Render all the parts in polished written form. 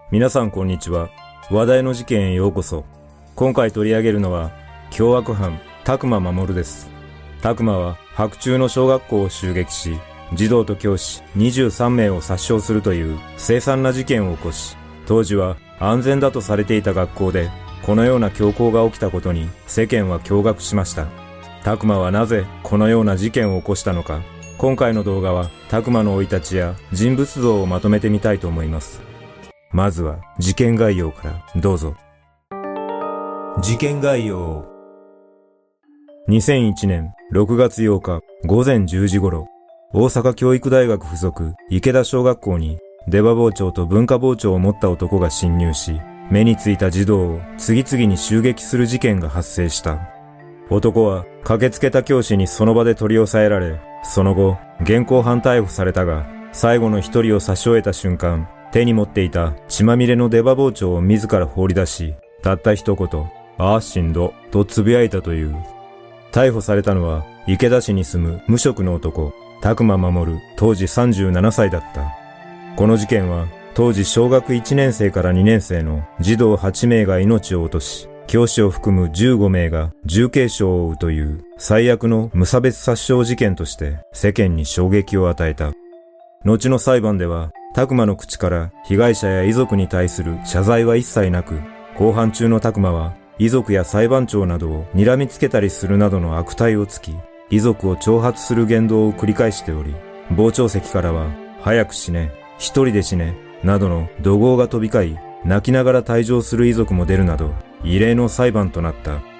皆さんこんにちは。話題の事件へようこそ。今回取り上げるのは凶悪犯宅間守です。宅間は白昼の小学校を襲撃し、児童と教師23名を殺傷するという凄惨な事件を起こし、当時は安全だとされていた学校でこのような凶行が起きたことに世間は驚愕しました。宅間はなぜこのような事件を起こしたのか、今回の動画は宅間の生い立ちや人物像をまとめてみたいと思います。まずは事件概要からどうぞ。事件概要。2001年6月8日午前10時頃、大阪教育大学附属池田小学校に出刃包丁と文化包丁を持った男が侵入し、目についた児童を次々に襲撃する事件が発生した。男は駆けつけた教師にその場で取り押さえられ、その後現行犯逮捕されたが、最後の一人を差し終えた瞬間、手に持っていた血まみれの出刃包丁を自ら放り出し、たった一言、ああしんど、と呟いたという。逮捕されたのは、池田市に住む無職の男、宅間守、当時37歳だった。この事件は、当時小学1年生から2年生の児童8名が命を落とし、教師を含む15名が重軽傷を負うという最悪の無差別殺傷事件として世間に衝撃を与えた。後の裁判では、宅間の口から被害者や遺族に対する謝罪は一切なく、公判中の宅間は遺族や裁判長などを睨みつけたりするなどの悪態をつき、遺族を挑発する言動を繰り返しており、傍聴席からは早く死ね、一人で死ね、などの怒号が飛び交い、泣きながら退場する遺族も出るなど、異例の裁判となった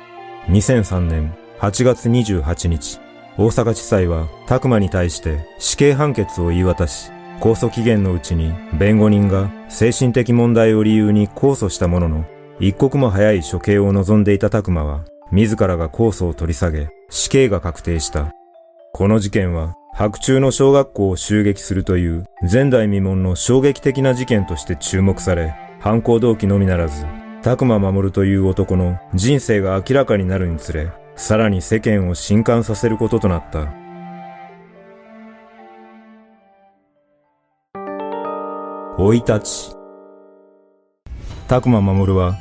。2003年8月28日、大阪地裁は宅間に対して死刑判決を言い渡し、控訴期限のうちに弁護人が精神的問題を理由に控訴したものの、一刻も早い処刑を望んでいた宅間は、自らが控訴を取り下げ、死刑が確定した。この事件は、白昼の小学校を襲撃するという前代未聞の衝撃的な事件として注目され、犯行動機のみならず、宅間守という男の人生が明らかになるにつれ、さらに世間を震撼させることとなった。生い立ち。宅間守は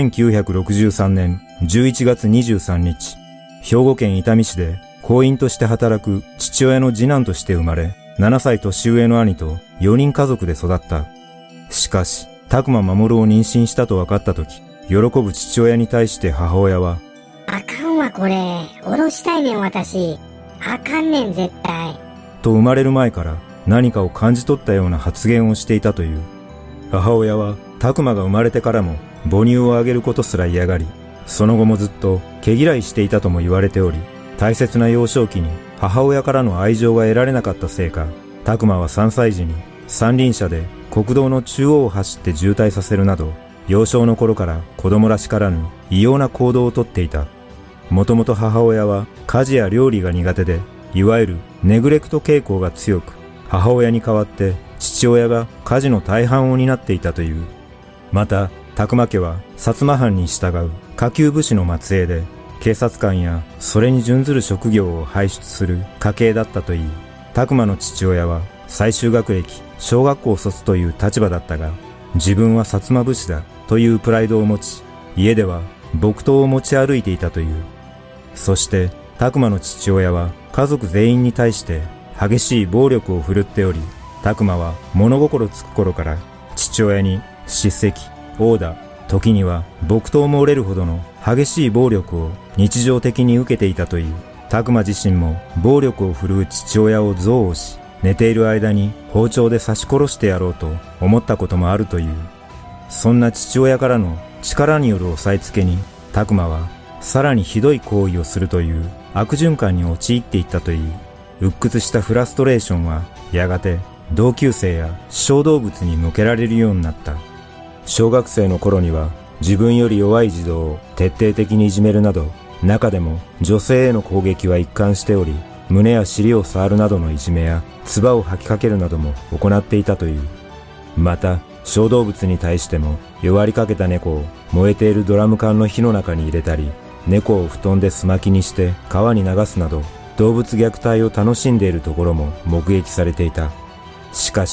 1963年11月23日、兵庫県伊丹市で工員として働く父親の次男として生まれ、7歳年上の兄と4人家族で育った。しかし、宅間守を妊娠したと分かったとき、喜ぶ父親に対して母親は、 あかんわこれ、おろしたいねん私。あかんねん絶対。 と生まれる前から何かを感じ取ったような発言をしていたという。母親は宅間が生まれてからも母乳をあげることすら嫌がり、その後もずっと毛嫌いしていたとも言われており、大切な幼少期に母親からの愛情が得られなかったせいか、宅間は3歳時に三輪車で国道の中央を走って渋滞させるなど、幼少の頃から子供らしからぬ異様な行動をとっていた。もともと母親は家事や料理が苦手で、いわゆるネグレクト傾向が強く、母親に代わって父親が家事の大半を担っていたという。また、宅間家は薩摩藩に従う下級武士の末裔で、警察官やそれに準ずる職業を輩出する家系だったといい、宅間の父親は最終学歴、小学校卒という立場だったが、自分は薩摩武士だというプライドを持ち、家では木刀を持ち歩いていたという。そして、宅間の父親は家族全員に対して激しい暴力を振るっており、宅間は物心つく頃から父親に叱責、殴打、時には木刀も折れるほどの激しい暴力を日常的に受けていたという。宅間自身も暴力を振るう父親を憎悪し、寝ている間に包丁で刺し殺してやろうと思ったこともあるという。そんな父親からの力による押さえつけに、宅間はさらにひどい行為をするという悪循環に陥っていったといい、鬱屈したフラストレーションはやがて同級生や小動物に向けられるようになった。小学生の頃には自分より弱い児童を徹底的にいじめるなど、中でも女性への攻撃は一貫しており、胸や尻を触るなどのいじめや唾を吐きかけるなども行っていたという。また、小動物に対しても弱りかけた猫を燃えているドラム缶の火の中に入れたり、猫を布団で巣巻きにして川に流すなど、動物虐待を楽しんでいるところも目撃されていた。しかし、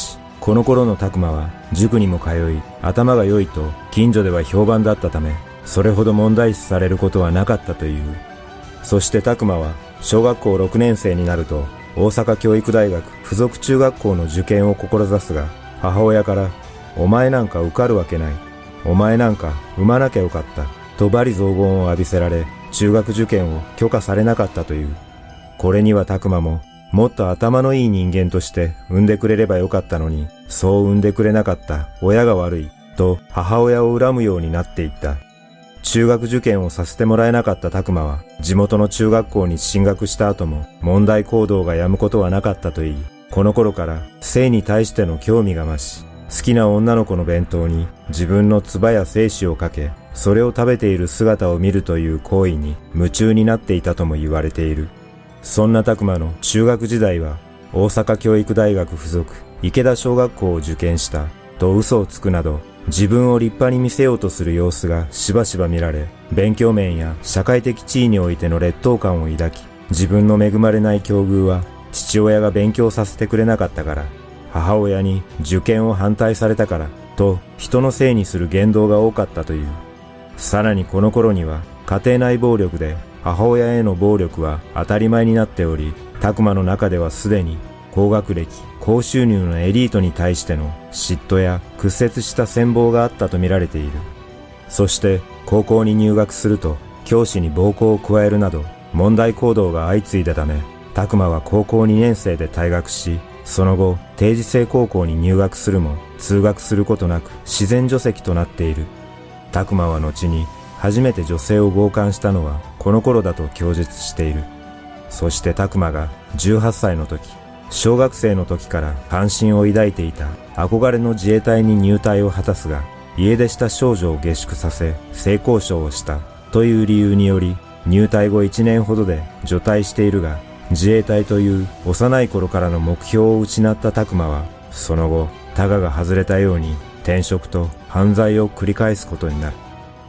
この頃の拓磨は塾にも通い、頭が良いと近所では評判だったため、それほど問題視されることはなかったという。そして拓磨は小学校6年生になると、大阪教育大学附属中学校の受験を志すが、母親から、お前なんか受かるわけない。お前なんか産まなきゃよかった。と罵詈雑言を浴びせられ、中学受験を許可されなかったという。これには拓磨も、もっと頭のいい人間として産んでくれればよかったのに、そう産んでくれなかった親が悪い、と母親を恨むようになっていった。中学受験をさせてもらえなかった拓磨は、地元の中学校に進学した後も問題行動が止むことはなかったといい、この頃から性に対しての興味が増し、好きな女の子の弁当に自分の唾や精子をかけ、それを食べている姿を見るという行為に夢中になっていたとも言われている。そんな拓磨の中学時代は、大阪教育大学附属池田小学校を受験したと嘘をつくなど、自分を立派に見せようとする様子がしばしば見られ、勉強面や社会的地位においての劣等感を抱き、自分の恵まれない境遇は父親が勉強させてくれなかったから、母親に受験を反対されたからと人のせいにする言動が多かったという。さらにこの頃には家庭内暴力で母親への暴力は当たり前になっており、拓磨の中ではすでに高学歴、高収入のエリートに対しての嫉妬や屈折した羨望があったと見られている。そして高校に入学すると教師に暴行を加えるなど問題行動が相次いだため、拓磨は高校2年生で退学し、その後定時制高校に入学するも通学することなく自然除籍となっている。拓磨は後に初めて女性を強姦したのはこの頃だと供述している。そして拓磨が18歳の時、小学生の時から関心を抱いていた憧れの自衛隊に入隊を果たすが、家出した少女を下宿させ性交渉をしたという理由により、入隊後1年ほどで除隊しているが、自衛隊という幼い頃からの目標を失った拓磨は、その後タガが外れたように転職と犯罪を繰り返すことになる。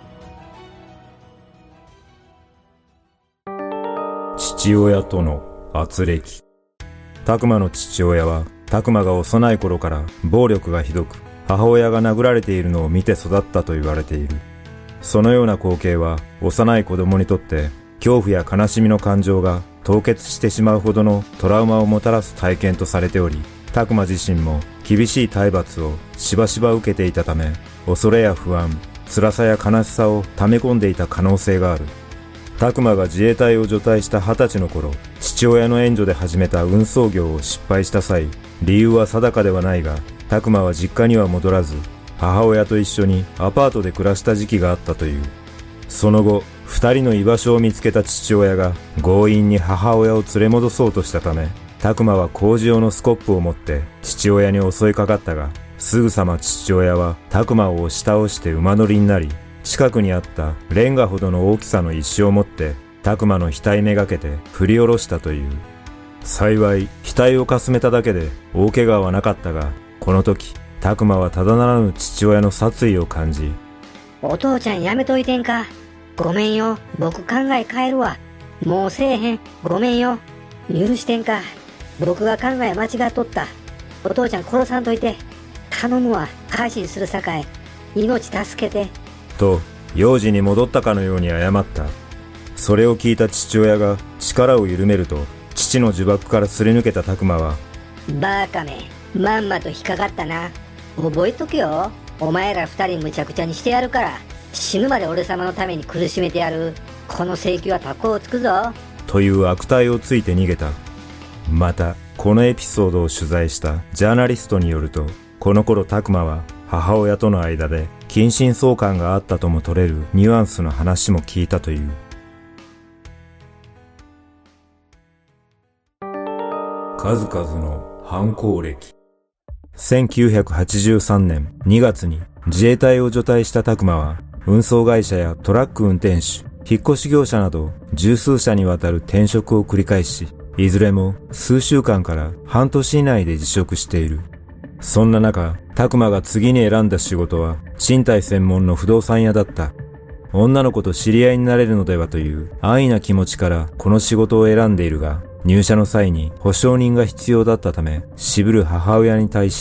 父親との軋轢。拓磨の父親は、拓磨が幼い頃から暴力がひどく、母親が殴られているのを見て育ったと言われている。そのような光景は、幼い子供にとって、恐怖や悲しみの感情が凍結してしまうほどのトラウマをもたらす体験とされており、拓磨自身も厳しい体罰をしばしば受けていたため、恐れや不安、辛さや悲しさを溜め込んでいた可能性がある。拓磨が自衛隊を除隊した20歳の頃、父親の援助で始めた運送業を失敗した際、理由は定かではないが、拓磨は実家には戻らず、母親と一緒にアパートで暮らした時期があったという。その後、二人の居場所を見つけた父親が強引に母親を連れ戻そうとしたため、拓磨は工事用のスコップを持って父親に襲いかかったが、すぐさま父親は拓磨を押し倒して馬乗りになり、近くにあったレンガほどの大きさの石を持って拓磨の額めがけて振り下ろしたという。幸い額をかすめただけで大怪我はなかったが、この時拓磨はただならぬ父親の殺意を感じ、 お父ちゃんやめといてんか。ごめんよ、僕考え変えるわ。もうせえへん、ごめんよ、許してんか。僕が考え間違っとった。お父ちゃん殺さんといて。頼むわ、改心するさかい。命助けて。 と幼児に戻ったかのように謝った。それを聞いた父親が力を緩めると、父の呪縛からすり抜けた拓磨は、 バカめ、まんまと引っかかったな。覚えとけよ。お前ら二人むちゃくちゃにしてやるから、死ぬまで俺様のために苦しめてやる。この請求はタコをつくぞ。 という悪態をついて逃げた。またこのエピソードを取材したジャーナリストによると、この頃拓磨は母親との間で近親相関があったとも取れるニュアンスの話も聞いたという。数々の犯行歴。1983年2月に自衛隊を除隊した拓磨は、運送会社やトラック運転手、引っ越し業者など十数社にわたる転職を繰り返し、いずれも数週間から半年以内で辞職している。そんな中、拓磨が次に選んだ仕事は賃貸専門の不動産屋だった。女の子と知り合いになれるのではという安易な気持ちからこの仕事を選んでいるが、入社の際に保証人が必要だったため、渋る母親に対し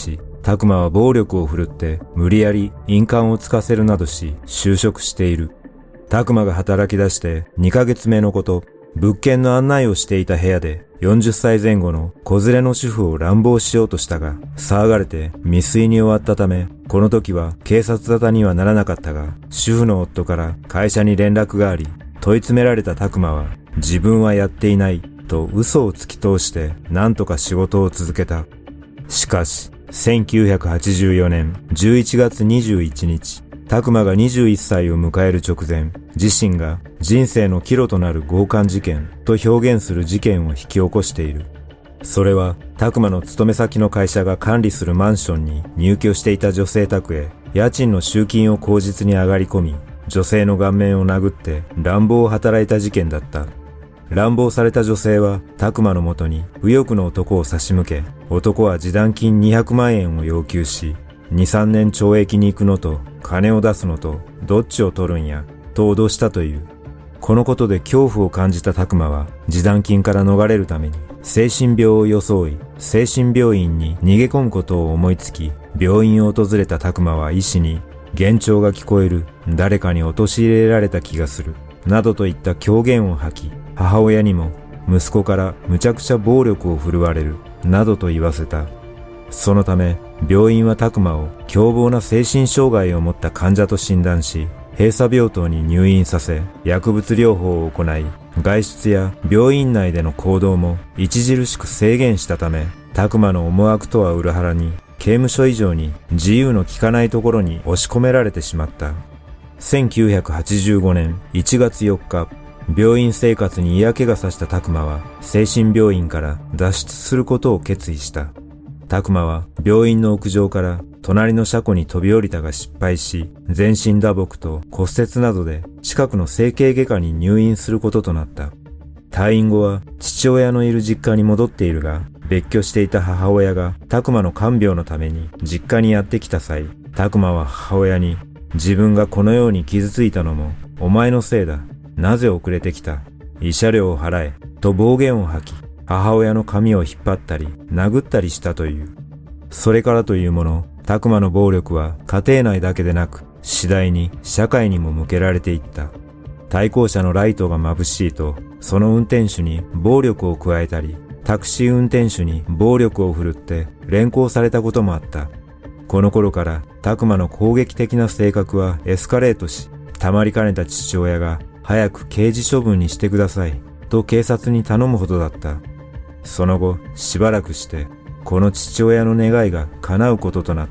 拓磨は暴力を振るって無理やり印鑑をつかせるなどし就職している。拓磨が働き出して2ヶ月目のこと、物件の案内をしていた部屋で40歳前後の子連れの主婦を乱暴しようとしたが、騒がれて未遂に終わったため、この時は警察沙汰にはならなかったが、主婦の夫から会社に連絡があり、問い詰められた拓磨は自分はやっていないと嘘を突き通して何とか仕事を続けた。しかし、1984年11月21日、拓磨が21歳を迎える直前、自身が人生の岐路となる強姦事件と表現する事件を引き起こしている。それは、拓磨の勤め先の会社が管理するマンションに入居していた女性宅へ、家賃の集金を口実に上がり込み、女性の顔面を殴って乱暴を働いた事件だった。乱暴された女性は拓磨のもとに右翼の男を差し向け、男は示談金200万円を要求し、2、3年懲役に行くのと金を出すのとどっちを取るんや、と脅したという。このことで恐怖を感じた拓磨は示談金から逃れるために精神病を装い、精神病院に逃げ込むことを思いつき、病院を訪れた拓磨は医師に、幻聴が聞こえる、誰かに陥れられた気がする、などといった狂言を吐き、母親にも息子からむちゃくちゃ暴力を振るわれる、などと言わせた。そのため、病院は拓磨を凶暴な精神障害を持った患者と診断し、閉鎖病棟に入院させ、薬物療法を行い、外出や病院内での行動も著しく制限したため、拓磨の思惑とは裏腹に、刑務所以上に自由の利かないところに押し込められてしまった。1985年1月4日、病院生活に嫌気がさした拓磨は精神病院から脱出することを決意した。拓磨は病院の屋上から隣の車庫に飛び降りたが失敗し、全身打撲と骨折などで近くの整形外科に入院することとなった。退院後は父親のいる実家に戻っているが、別居していた母親が拓磨の看病のために実家にやってきた際、拓磨は母親に、自分がこのように傷ついたのもお前のせいだ。なぜ遅れてきた。慰謝料を払え。と暴言を吐き、母親の髪を引っ張ったり殴ったりしたという。それからというもの、拓磨の暴力は家庭内だけでなく、次第に社会にも向けられていった。対向車のライトが眩しいと、その運転手に暴力を加えたり、タクシー運転手に暴力を振るって連行されたこともあった。この頃から拓磨の攻撃的な性格はエスカレートし、たまりかねた父親が早く刑事処分にしてくださいと警察に頼むほどだった。その後しばらくしてこの父親の願いが叶うこととなった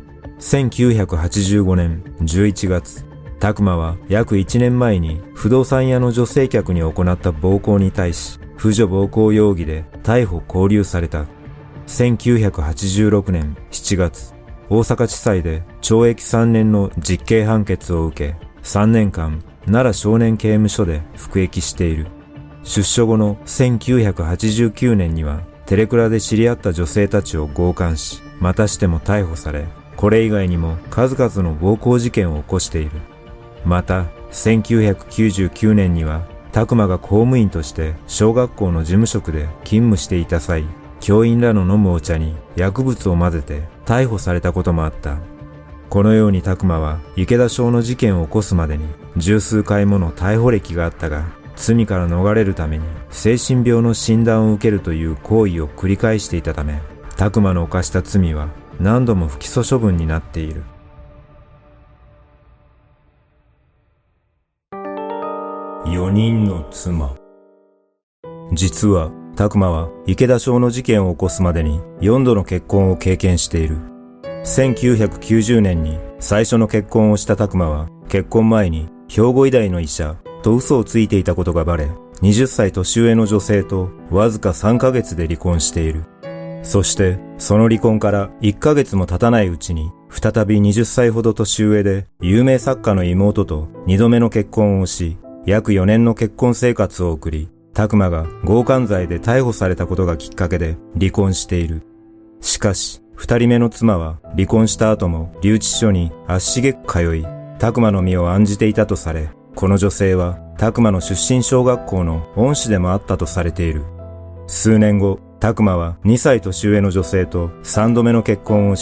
。1985年11月、拓磨は約1年前に不動産屋の女性客に行った暴行に対し、婦女暴行容疑で逮捕勾留された。1986年7月、大阪地裁で懲役3年の実刑判決を受け、3年間奈良少年刑務所で服役している。出所後の1989年にはテレクラで知り合った女性たちを強姦し、またしても逮捕され、これ以外にも数々の暴行事件を起こしている。また、1999年には拓磨が公務員として小学校の事務職で勤務していた際、教員らの飲むお茶に薬物を混ぜて逮捕されたこともあった。このように拓磨は池田小の事件を起こすまでに十数回もの逮捕歴があったが、罪から逃れるために精神病の診断を受けるという行為を繰り返していたため、拓磨の犯した罪は何度も不起訴処分になっている。4人の妻。実は拓磨は池田小の事件を起こすまでに4度の結婚を経験している。1990年に最初の結婚をした拓磨は結婚前に兵庫医大の医者と嘘をついていたことがバレ、20歳年上の女性とわずか3ヶ月で離婚している。そしてその離婚から1ヶ月も経たないうちに再び20歳ほど年上で有名作家の妹と2度目の結婚をし、約4年の結婚生活を送り、拓磨が強姦罪で逮捕されたことがきっかけで離婚している。しかし、2人目の妻は離婚した後も留置所に足しげく通い、拓磨の身を案じていたとされ、この女性は拓磨の出身小学校の恩師でもあったとされている。数年後、拓磨は2歳年上の女性と3度目の結婚をし、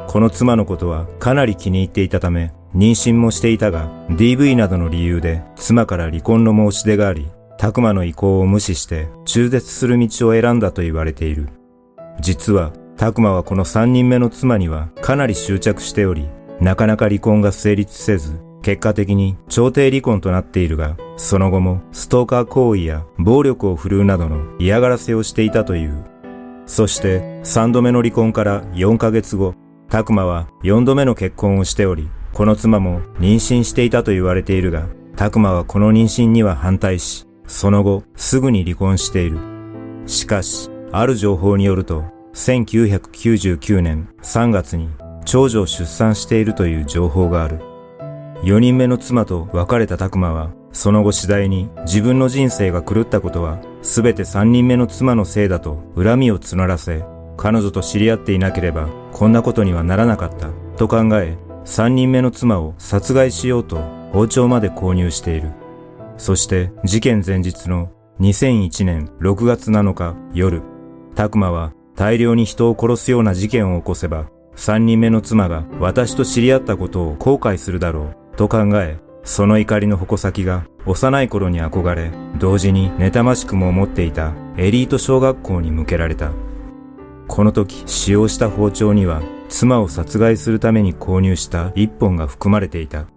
この妻のことはかなり気に入っていたため、妊娠もしていたが、DV などの理由で妻から離婚の申し出があり、拓磨の意向を無視して中絶する道を選んだと言われている。実は、拓磨はこの3人目の妻にはかなり執着しており、なかなか離婚が成立せず、結果的に調停離婚となっているが、その後もストーカー行為や暴力を振るうなどの嫌がらせをしていたという。そして3度目の離婚から4ヶ月後、拓磨は4度目の結婚をしており、この妻も妊娠していたと言われているが、拓磨はこの妊娠には反対し、その後すぐに離婚している。しかし、ある情報によると、1999年3月に長女を出産しているという情報がある。4人目の妻と別れた拓磨は、その後次第に自分の人生が狂ったことは全て3人目の妻のせいだと恨みを募らせ、彼女と知り合っていなければこんなことにはならなかったと考え、3人目の妻を殺害しようと包丁まで購入している。そして事件前日の2001年6月7日夜、拓磨は大量に人を殺すような事件を起こせば、3人目の妻が私と知り合ったことを後悔するだろうと考え、その怒りの矛先が幼い頃に憧れ、同時に妬ましくも思っていたエリート小学校に向けられた。この時使用した包丁には、妻を殺害するために購入した1本が含まれていた。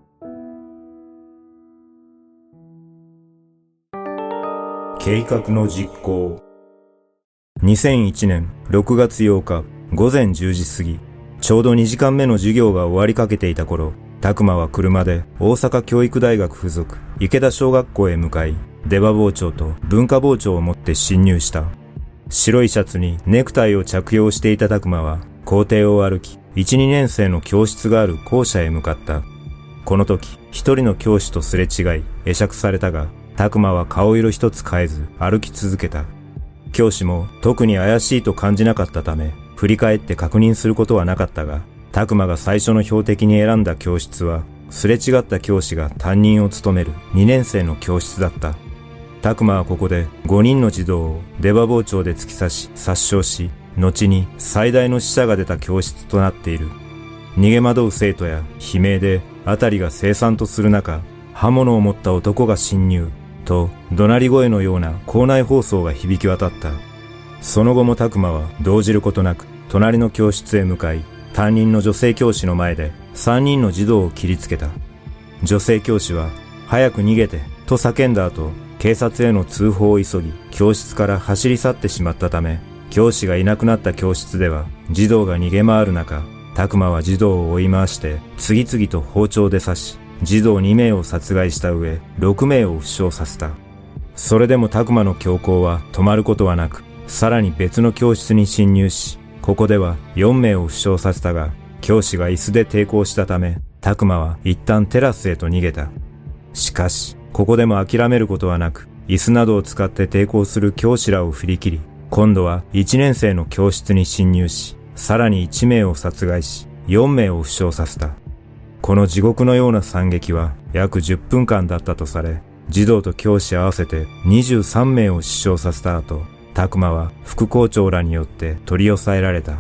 計画の実行。2001年6月8日午前10時過ぎ、ちょうど2時間目の授業が終わりかけていた頃、拓磨は車で大阪教育大学附属池田小学校へ向かい、出刃包丁と文化包丁を持って侵入した。白いシャツにネクタイを着用していた拓磨は校庭を歩き、1、2年生の教室がある校舎へ向かった。この時、一人の教師とすれ違い、会釈されたが、拓磨は顔色一つ変えず歩き続けた。教師も特に怪しいと感じなかったため、振り返って確認することはなかったが、拓磨が最初の標的に選んだ教室は、すれ違った教師が担任を務める2年生の教室だった。拓磨はここで5人の児童を出刃包丁で突き刺し殺傷し、後に最大の死者が出た教室となっている。逃げ惑う生徒や悲鳴で辺りが凄惨とする中、刃物を持った男が侵入と怒鳴り声のような校内放送が響き渡った。その後も拓磨は動じることなく隣の教室へ向かい、担任の女性教師の前で3人の児童を切りつけた。女性教師は早く逃げてと叫んだ後、警察への通報を急ぎ教室から走り去ってしまったため、教師がいなくなった教室では児童が逃げ回る中、拓磨は児童を追い回して次々と包丁で刺し、児童2名を殺害した上6名を負傷させた。それでも拓磨の凶行は止まることはなく、さらに別の教室に侵入し、ここでは4名を負傷させたが、教師が椅子で抵抗したため、拓磨は一旦テラスへと逃げた。しかし、ここでも諦めることはなく、椅子などを使って抵抗する教師らを振り切り、今度は1年生の教室に侵入し、さらに1名を殺害し、4名を負傷させた。この地獄のような惨劇は約10分間だったとされ、児童と教師合わせて23名を死傷させた後、拓磨は副校長らによって取り押さえられた。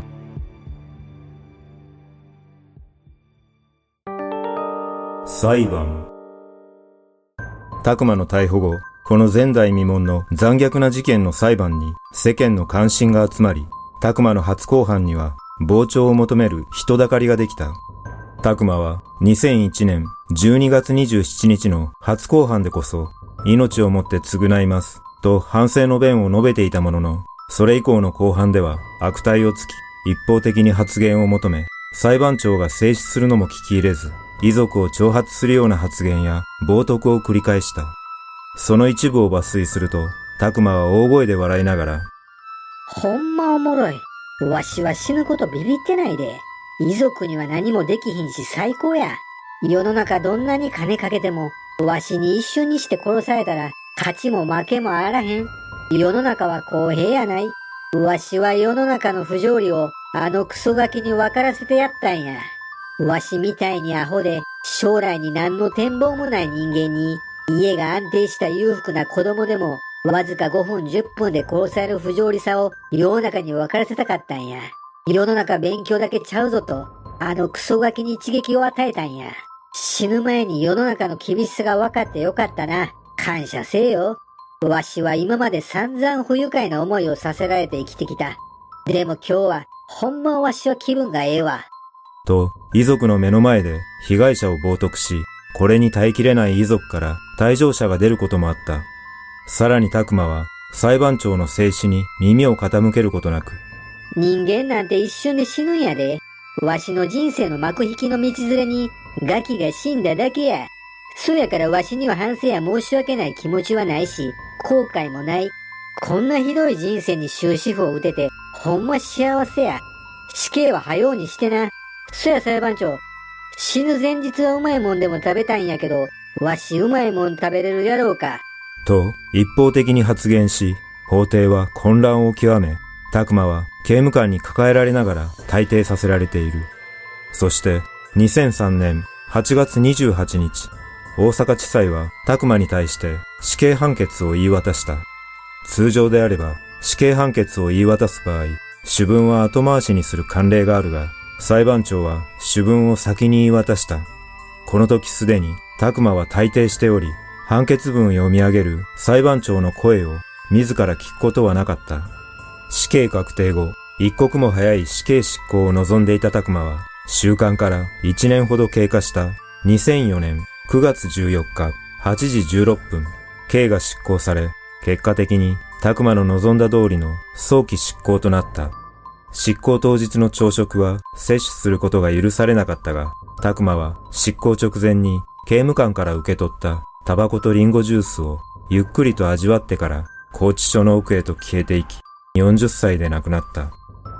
裁判。拓磨の逮捕後、この前代未聞の残虐な事件の裁判に世間の関心が集まり、拓磨の初公判には傍聴を求める人だかりができた。拓磨は2001年12月27日の初公判でこそ、命をもって償いますと反省の弁を述べていたものの、それ以降の公判では悪態をつき、一方的に発言を求め、裁判長が制止するのも聞き入れず、遺族を挑発するような発言や冒涜を繰り返した。その一部を抜粋すると、拓磨は大声で笑いながら、 ほんまおもろい。わしは死ぬことビビってないで。遺族には何もできひんし最高や。世の中どんなに金かけても、わしに一瞬にして殺されたら、勝ちも負けもあらへん。世の中は公平やない。わしは世の中の不条理をあのクソガキに分からせてやったんや。わしみたいにアホで将来に何の展望もない人間に、家が安定した裕福な子供でもわずか5分10分で殺される不条理さを世の中に分からせたかったんや。世の中勉強だけちゃうぞと。 あのクソガキに一撃を与えたんや。死ぬ前に世の中の厳しさが分かってよかったな。感謝せえよ。わしは今まで散々不愉快な思いをさせられて生きてきた。でも今日は、ほんまわしは気分がええわ。 と、遺族の目の前で被害者を冒涜し、これに耐えきれない遺族から退場者が出ることもあった。さらに拓磨は、裁判長の制止に耳を傾けることなく、 人間なんて一瞬で死ぬんやで。わしの人生の幕引きの道連れにガキが死んだだけや。そやからわしには反省や申し訳ない気持ちはないし、後悔もない。こんなひどい人生に終止符を打てて、ほんま幸せや。死刑は早うにしてな。そや裁判長。死ぬ前日はうまいもんでも食べたんやけど、わしうまいもん食べれるやろうか。 と一方的に発言し、法廷は混乱を極め、拓磨は刑務官に抱えられながら退廷させられている。そして2003年8月28日、大阪地裁は拓磨に対して死刑判決を言い渡した。通常であれば死刑判決を言い渡す場合、主文は後回しにする慣例があるが、裁判長は主文を先に言い渡した。この時すでに拓磨は退廷しており、判決文を読み上げる裁判長の声を自ら聞くことはなかった。死刑確定後、一刻も早い死刑執行を望んでいた拓磨は、収監から1年ほど経過した2004年9月14日8時16分、刑が執行され、結果的に拓磨の望んだ通りの早期執行となった。執行当日の朝食は摂取することが許されなかったが、拓磨は執行直前に刑務官から受け取ったタバコとリンゴジュースをゆっくりと味わってから拘置所の奥へと消えていき、40歳で亡くなった。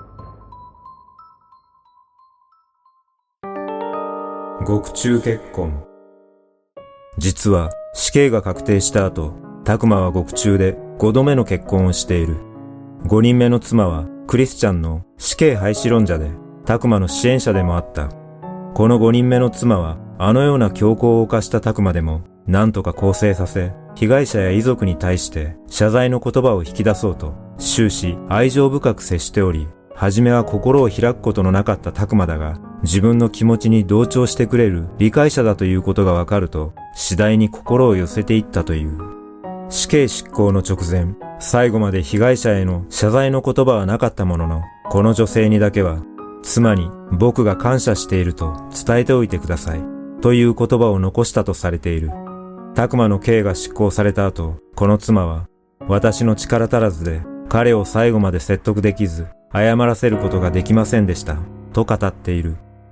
獄中結婚。実は死刑が確定した後、拓磨は獄中で5度目の結婚をしている。5人目の妻はクリスチャンの死刑廃止論者で、拓磨の支援者でもあった。この5人目の妻はあのような凶行を犯した拓磨でも、なんとか更生させ、被害者や遺族に対して謝罪の言葉を引き出そうと、終始愛情深く接しており、初めは心を開くことのなかった拓磨だが、自分の気持ちに同調してくれる理解者だということがわかると、次第に心を寄せていったという。死刑執行の直前、最後まで被害者への謝罪の言葉はなかったものの、この女性にだけは、妻に僕が感謝していると伝えておいてください、という言葉を残したとされている。拓磨の刑が執行された後、この妻は、私の力足らずで彼を最後まで説得できず、謝らせることができませんでした、と語っている。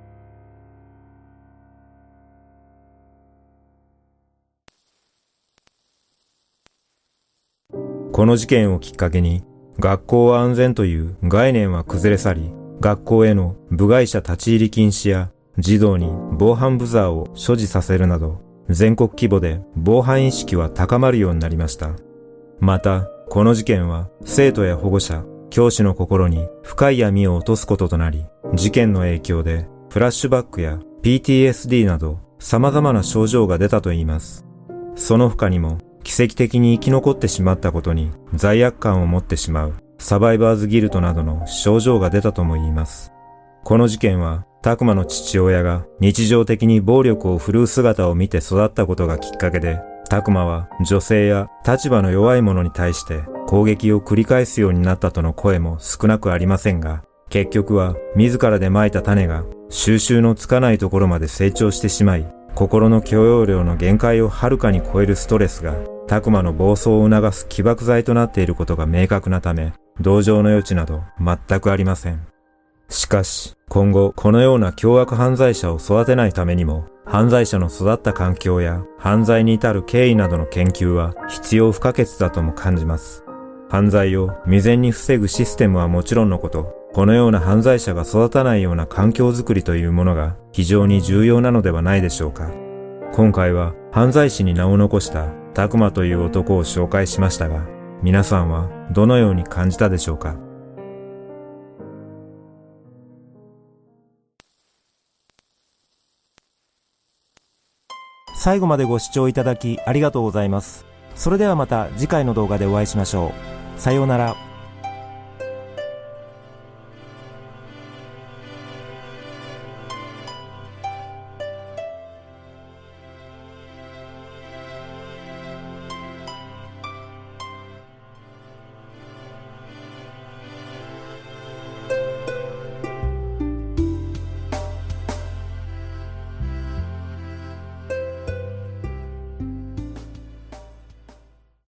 この事件をきっかけに、学校は安全という概念は崩れ去り、学校への部外者立ち入り禁止や、児童に防犯ブザーを所持させるなど、全国規模で防犯意識は高まるようになりました。また、この事件は生徒や保護者、教師の心に深い闇を落とすこととなり、事件の影響でフラッシュバックや PTSD など様々な症状が出たといいます。その他にも奇跡的に生き残ってしまったことに罪悪感を持ってしまうサバイバーズギルトなどの症状が出たとも言います。この事件は拓磨の父親が日常的に暴力を振るう姿を見て育ったことがきっかけで、拓磨は女性や立場の弱い者に対して攻撃を繰り返すようになったとの声も少なくありませんが、結局は自らで蒔いた種が収拾のつかないところまで成長してしまい、心の許容量の限界をはるかに超えるストレスが拓磨の暴走を促す起爆剤となっていることが明確なため、同情の余地など全くありません。しかし、今後このような凶悪犯罪者を育てないためにも、犯罪者の育った環境や犯罪に至る経緯などの研究は必要不可欠だとも感じます。犯罪を未然に防ぐシステムはもちろんのこと、このような犯罪者が育たないような環境づくりというものが非常に重要なのではないでしょうか。今回は犯罪師に名を残した拓磨という男を紹介しましたが、皆さんはどのように感じたでしょうか。 最後までご視聴いただきありがとうございます。それではまた次回の動画でお会いしましょう。さようなら。